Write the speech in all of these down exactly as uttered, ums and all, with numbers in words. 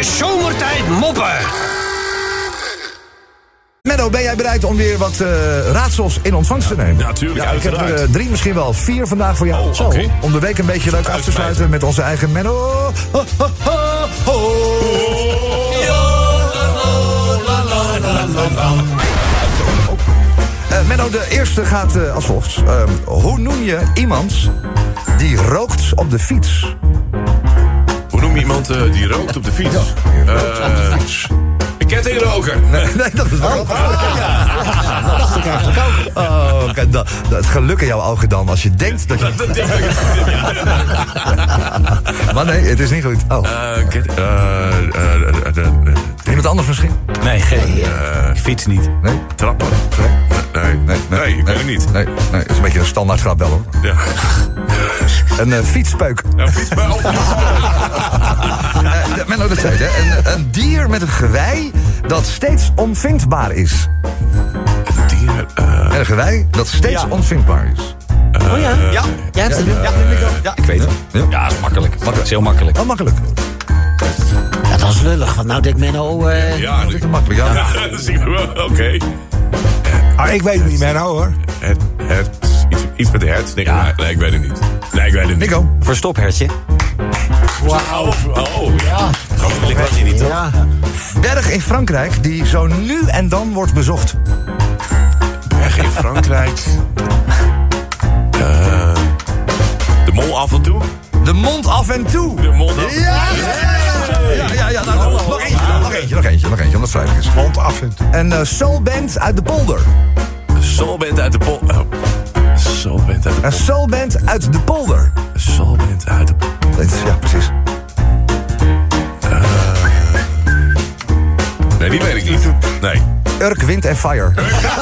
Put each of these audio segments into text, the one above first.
De zomertijd moppen. Menno, ben jij bereid om weer wat uh, raadsels in ontvangst te nemen? Ja, natuurlijk. Ja, ik heb er uh, drie, misschien wel vier vandaag voor jou. Oh, Zo, okay. om de week een beetje leuk af te sluiten met onze eigen Menno. Ho, ho, ho, ho. Uh, Menno, de eerste gaat uh, als volgt. Uh, hoe noem je iemand die rookt op de fiets? Hoe noem je iemand uh, die rookt op de fiets? Ja, uh, een kettingroker. Nee, nee, dat is wel. Oh, oh, ja. Dat dacht ik eigenlijk ook. Oh, okay, dat, dat, het geluk in jouw ogen dan, als je denkt dat je... Dat, dat denk ik goed, ja. Maar nee, het is niet goed. Oh. Uh, ket, uh, uh, uh, uh, uh, Iemand anders misschien? Nee, geen. Uh, ik fiets niet. Nee? Trappen? Nee, nee, nee. Nee, nee ik weet het niet. Nee, nee, het is een beetje een standaard grap wel, hoor. Ja. Een uh, fietspeuk. Ja, fietspeuk. Oh, uh, Menno, de tweede. Een, een dier met een gewei dat steeds onvindbaar is. Een dier? Uh... Een gewei dat steeds ja. onvindbaar is. Uh, oh ja? Ja, jij hebt het. Ja, ja, ja, ja, ik weet het. Ja, ja dat is makkelijk. makkelijk. Dat is heel makkelijk. Oh, makkelijk. Ja, dat is lullig, want nou denkt Menno... Uh... Ja, dat is makkelijk, ja. Ja, dat is oké. Okay. Ah, ik weet het niet, Menno, hoor. Het, het, iets, iets met de hert? Nee, ja. nee, ik weet het niet. Nee, ik weet het niet. Nico. Verstophertje. Wauw. Oh, ja. Ik weet je niet, toch? Ja. Berg in Frankrijk die zo nu en dan wordt bezocht. Berg in Frankrijk. Uh, de mol af en toe. De mond af en toe. De mond af en toe. Ja, ja, ja. ja, nou, nog, nog eentje, nog eentje, nog eentje, nog eentje, omdat het vrijdag is. Mond af en toe. Een uh, soulband uit de polder. Een soulband uit de polder. Oh. Een soulband uit de Een polder. soulband uit de polder. Een soulband uit de polder. Ja, precies. Uh, nee, die weet ik niet. Nee. Urk, Wind en Fire.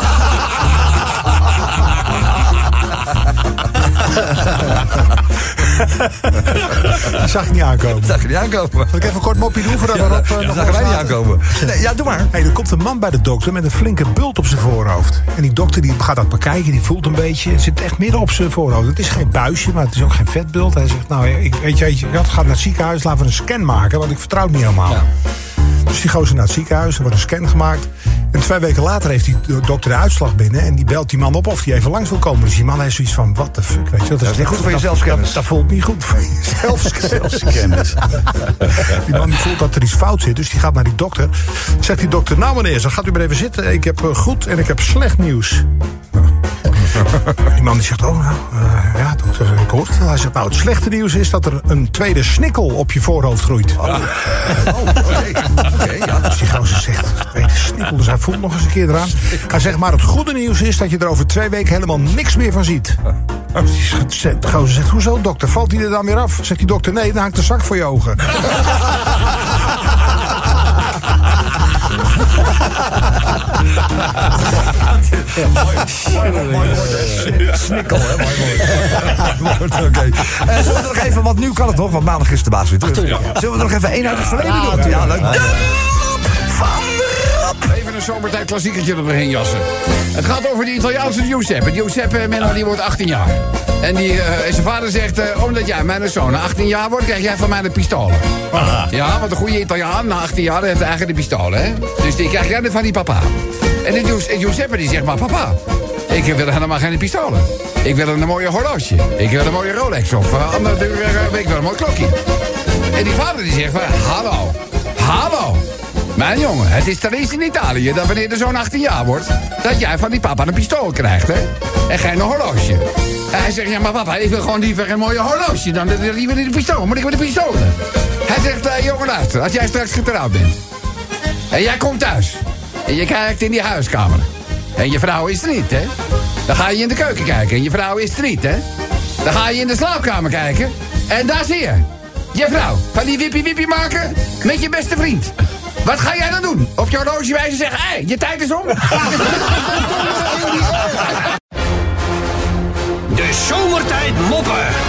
Dat zag ik niet aankomen. Dat zag je niet aankomen. Zal ik even een kort mopje doen voordat we Ja, erop uh, dat nog zagen wij niet loslaten? aankomen. Nee, ja, doe maar. Hey, er komt een man bij de dokter met een flinke bult op zijn voorhoofd. En die dokter die gaat dat bekijken, die voelt een beetje. Het zit echt midden op zijn voorhoofd. Het is geen buisje, maar het is ook geen vetbult. Hij zegt, nou, ik, weet je, weet je gaat naar het ziekenhuis, laten we een scan maken, want ik vertrouw het niet helemaal. Ja. Dus die gozer naar het ziekenhuis, er wordt een scan gemaakt. En twee weken later heeft die dokter de uitslag binnen. En die belt die man op of hij even langs wil komen. Dus die man heeft zoiets van, what the fuck, weet je. Dat is, dat is niet goed voor je zelfkennis. Dat, dat voelt niet goed voor je zelfkennis. Die man die voelt dat er iets fout zit. Dus die gaat naar die dokter. Zegt die dokter, nou meneer, dan gaat u maar even zitten. Ik heb uh, goed en ik heb slecht nieuws. Die man die zegt, oh nou, uh, ja dokter, ik hoor het. Hij zegt, nou het slechte nieuws is dat er een tweede snikkel op je voorhoofd groeit. Oh, oh oké. Okay, ja. Dus die gozer zegt, tweede snikkel, dus hij voelt nog eens een keer eraan. Hij zegt, maar het goede nieuws is dat je er over twee weken helemaal niks meer van ziet. De gozer zegt, hoezo dokter, valt hij er dan weer af? Zegt die dokter, nee, dan hangt de zak voor je ogen. Mooi woord. Snikkel, hè? Mooi woord. Oké. Zullen we er nog even, want nu kan het nog, want maandag is de baas weer terug. Zullen we er nog even één uit het verleden doen? Ja, leuk. Even een zomertijd klassiekertje er doorheen jassen. Het gaat over die Italiaanse Giuseppe. Giuseppe, Menno, die wordt achttien jaar. En, die, uh, en zijn vader zegt, uh, omdat jij mijn zoon na achttien jaar wordt, krijg jij van mij de pistolen. Ah. Ja, want een goede Italiaan na achttien jaar heeft eigen de pistolen, hè. Dus die krijg jij van die papa. En de Gius- Giuseppe die zegt, maar papa, ik wil helemaal geen pistolen. Ik wil een mooie horloge. Ik wil een mooie Rolex of uh, andere, uh, ik wil een mooi klokje. En die vader die zegt, van, hallo, hallo. Mijn jongen, het is ten eerste in Italië dat wanneer de zoon achttien jaar wordt, dat jij van die papa een pistool krijgt, hè? En geen horloge. En hij zegt, ja, maar papa, ik wil gewoon liever een mooie horloge dan liever niet de pistool. Maar ik wil de pistolen. Hij zegt, uh, jongen, luister, als jij straks getrouwd bent en jij komt thuis en je kijkt in die huiskamer en je vrouw is er niet, hè? Dan ga je in de keuken kijken en je vrouw is er niet, hè? Dan ga je in de slaapkamer kijken en daar zie je je vrouw van die wippie wippie maken met je beste vriend. Wat ga jij dan doen? Op je horloge wijzen zeggen, hé, hey, je tijd is om. De zomertijd moppen.